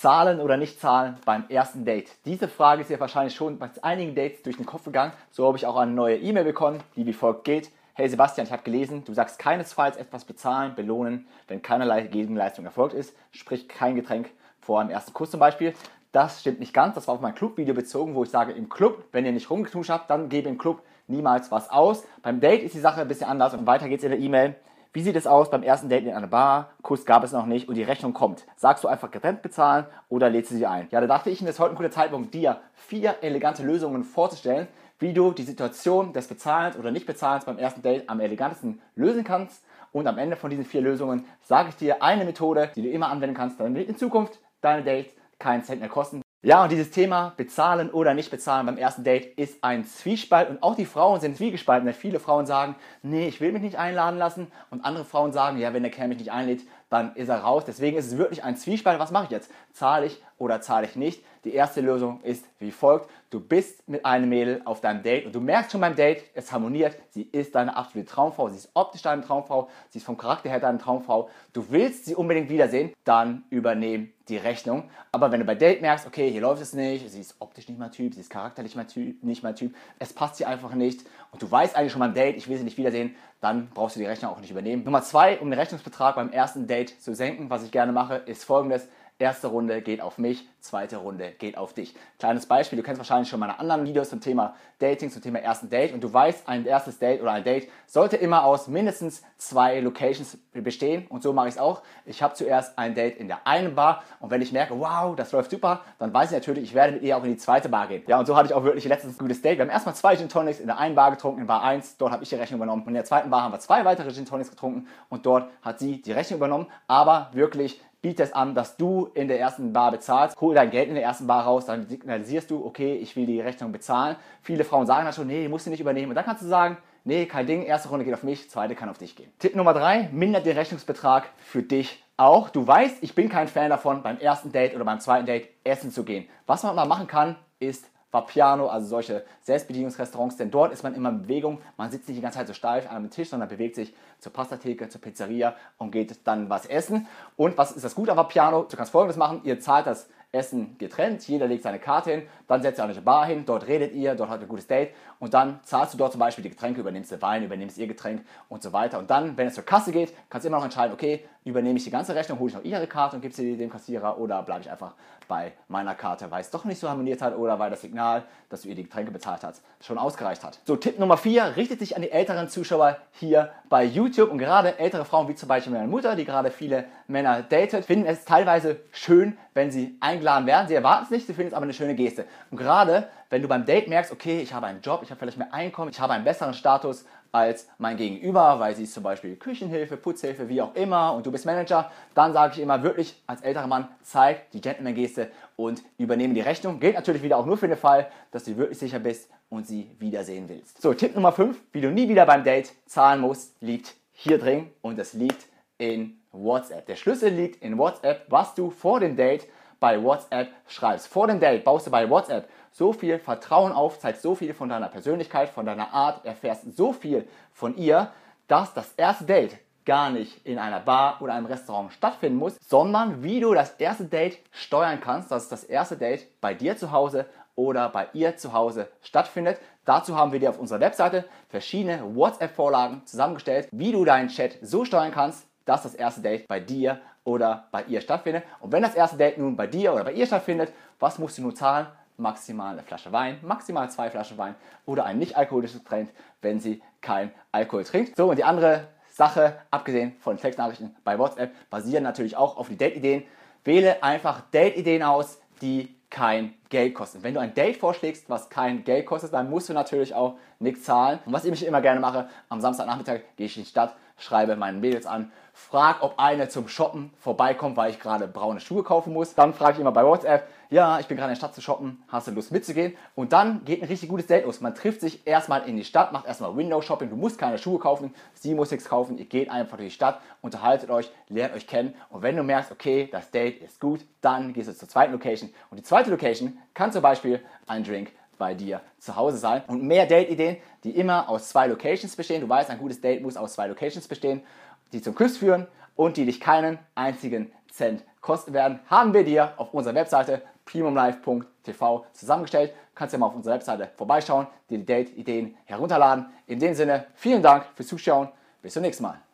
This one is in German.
Zahlen oder nicht zahlen beim ersten Date? Diese Frage ist ja wahrscheinlich schon bei einigen Dates durch den Kopf gegangen. So habe ich auch eine neue E-Mail bekommen, die wie folgt geht. Hey Sebastian, ich habe gelesen, du sagst keinesfalls etwas bezahlen, belohnen, wenn keinerlei Gegenleistung erfolgt ist. Sprich kein Getränk vor einem ersten Kuss zum Beispiel. Das stimmt nicht ganz. Das war auf mein Club-Video bezogen, wo ich sage, im Club, wenn ihr nicht rumgeknutscht habt, dann gebe im Club niemals was aus. Beim Date ist die Sache ein bisschen anders und weiter geht's in der E-Mail. Wie sieht es aus beim ersten Date in einer Bar? Kuss gab es noch nicht und die Rechnung kommt. Sagst du einfach getrennt bezahlen oder lädst du sie ein? Ja, da dachte ich, es ist heute ein guter Zeitpunkt, dir 4 elegante Lösungen vorzustellen, wie du die Situation des Bezahlens oder Nicht-Bezahlens beim ersten Date am elegantesten lösen kannst. Und am Ende von diesen 4 Lösungen sage ich dir eine Methode, die du immer anwenden kannst, damit in Zukunft deine Dates keinen Cent mehr kosten. Ja, und dieses Thema bezahlen oder nicht bezahlen beim ersten Date ist ein Zwiespalt und auch die Frauen sind zwiegespalten, denn viele Frauen sagen, nee, ich will mich nicht einladen lassen und andere Frauen sagen, ja, wenn der Kerl mich nicht einlädt, dann ist er raus. Deswegen ist es wirklich ein Zwiespalt. Was mache ich jetzt? Zahle ich oder zahle ich nicht? Die erste Lösung ist wie folgt. Du bist mit einem Mädel auf deinem Date und du merkst schon beim Date, es harmoniert. Sie ist deine absolute Traumfrau. Sie ist optisch deine Traumfrau. Sie ist vom Charakter her deine Traumfrau. Du willst sie unbedingt wiedersehen. Dann übernehm die Rechnung. Aber wenn du bei Date merkst, okay, hier läuft es nicht, sie ist optisch nicht mein Typ, sie ist charakterlich nicht mein Typ, es passt hier einfach nicht und du weißt eigentlich schon beim Date, ich will sie nicht wiedersehen, dann brauchst du die Rechnung auch nicht übernehmen. Nummer 2, um den Rechnungsbetrag beim ersten Date zu senken, was ich gerne mache, ist folgendes. Erste Runde geht auf mich, zweite Runde geht auf dich. Kleines Beispiel, du kennst wahrscheinlich schon meine anderen Videos zum Thema Dating, zum Thema ersten Date und du weißt, ein erstes Date oder ein Date sollte immer aus mindestens 2 Locations bestehen und so mache ich es auch. Ich habe zuerst ein Date in der einen Bar und wenn ich merke, wow, das läuft super, dann weiß ich natürlich, ich werde mit ihr auch in die zweite Bar gehen. Ja, und so hatte ich auch wirklich letztens ein gutes Date. Wir haben erstmal 2 Gin Tonics in der einen Bar getrunken, in Bar 1, dort habe ich die Rechnung übernommen und in der zweiten Bar haben wir 2 weitere Gin Tonics getrunken und dort hat sie die Rechnung übernommen, aber wirklich biete es an, dass du in der ersten Bar bezahlst, hol dein Geld in der ersten Bar raus, dann signalisierst du, okay, ich will die Rechnung bezahlen. Viele Frauen sagen dann schon, nee, musst du nicht übernehmen. Und dann kannst du sagen, nee, kein Ding, erste Runde geht auf mich, zweite kann auf dich gehen. Tipp Nummer 3, mindert den Rechnungsbetrag für dich auch. Du weißt, ich bin kein Fan davon, beim ersten Date oder beim zweiten Date essen zu gehen. Was man mal machen kann, ist Vapiano, also solche Selbstbedienungsrestaurants, denn dort ist man immer in Bewegung. Man sitzt nicht die ganze Zeit so steif an einem Tisch, sondern bewegt sich zur Pastatheke, zur Pizzeria und geht dann was essen. Und was ist das Gute am Vapiano? Du kannst Folgendes machen, ihr zahlt das Essen getrennt, jeder legt seine Karte hin, dann setzt ihr an eine Bar hin, dort redet ihr, dort habt ihr ein gutes Date und dann zahlst du dort zum Beispiel die Getränke, übernimmst du Wein, übernimmst ihr Getränk und so weiter. Und dann, wenn es zur Kasse geht, kannst du immer noch entscheiden, okay, übernehme ich die ganze Rechnung, hole ich noch ihre Karte und gebe sie dem Kassierer oder bleibe ich einfach bei meiner Karte, weil es doch nicht so harmoniert hat oder weil das Signal, dass du ihr die Getränke bezahlt hast, schon ausgereicht hat. So, Tipp Nummer 4 richtet sich an die älteren Zuschauer hier bei YouTube und gerade ältere Frauen wie zum Beispiel meine Mutter, die gerade viele Männer datet, finden es teilweise schön, wenn sie eingeladen werden. Sie erwarten es nicht, sie finden es aber eine schöne Geste. Und gerade wenn du beim Date merkst, okay, ich habe einen Job, ich habe vielleicht mehr Einkommen, ich habe einen besseren Status als mein Gegenüber, weil sie ist zum Beispiel Küchenhilfe, Putzhilfe, wie auch immer und du bist Manager, dann sage ich immer wirklich als älterer Mann, zeig die Gentleman-Geste und übernehme die Rechnung. Gilt natürlich wieder auch nur für den Fall, dass du wirklich sicher bist und sie wiedersehen willst. So, Tipp Nummer 5, wie du nie wieder beim Date zahlen musst, liegt hier drin und es liegt in WhatsApp. Der Schlüssel liegt in WhatsApp, was du vor dem Date bei WhatsApp schreibst. Vor dem Date baust du bei WhatsApp so viel Vertrauen auf, zeigst so viel von deiner Persönlichkeit, von deiner Art, erfährst so viel von ihr, dass das erste Date gar nicht in einer Bar oder einem Restaurant stattfinden muss, sondern wie du das erste Date steuern kannst, dass das erste Date bei dir zu Hause oder bei ihr zu Hause stattfindet. Dazu haben wir dir auf unserer Webseite verschiedene WhatsApp-Vorlagen zusammengestellt, wie du deinen Chat so steuern kannst, dass das erste Date bei dir oder bei ihr stattfindet. Und wenn das erste Date nun bei dir oder bei ihr stattfindet, was musst du nur zahlen? Maximal eine Flasche Wein, maximal 2 Flaschen Wein oder ein nicht alkoholisches Getränk, wenn sie kein Alkohol trinkt. So, und die andere Sache, abgesehen von Textnachrichten bei WhatsApp, basieren natürlich auch auf die Date-Ideen. Wähle einfach Date-Ideen aus, die kein Geld kosten. Wenn du ein Date vorschlägst, was kein Geld kostet, dann musst du natürlich auch nichts zahlen. Und was ich immer gerne mache, am Samstagnachmittag gehe ich in die Stadt, schreibe meinen Mädels an, frag, ob eine zum Shoppen vorbeikommt, weil ich gerade braune Schuhe kaufen muss. Dann frage ich immer bei WhatsApp, ja, ich bin gerade in der Stadt zu shoppen, hast du Lust mitzugehen? Und dann geht ein richtig gutes Date los. Man trifft sich erstmal in die Stadt, macht erstmal Window-Shopping, du musst keine Schuhe kaufen, sie muss nichts kaufen, ihr geht einfach durch die Stadt, unterhaltet euch, lernt euch kennen und wenn du merkst, okay, das Date ist gut, dann gehst du zur zweiten Location und die zweite Location kann zum Beispiel ein Drink bei dir zu Hause sein. Und mehr Date-Ideen, die immer aus 2 Locations bestehen. Du weißt, ein gutes Date muss aus 2 Locations bestehen, die zum Kuss führen. und die dich keinen einzigen Cent kosten werden, haben wir dir auf unserer Webseite premiumlife.tv zusammengestellt. Du kannst ja mal auf unserer Webseite vorbeischauen, dir die Date-Ideen herunterladen. In dem Sinne, vielen Dank fürs Zuschauen. Bis zum nächsten Mal.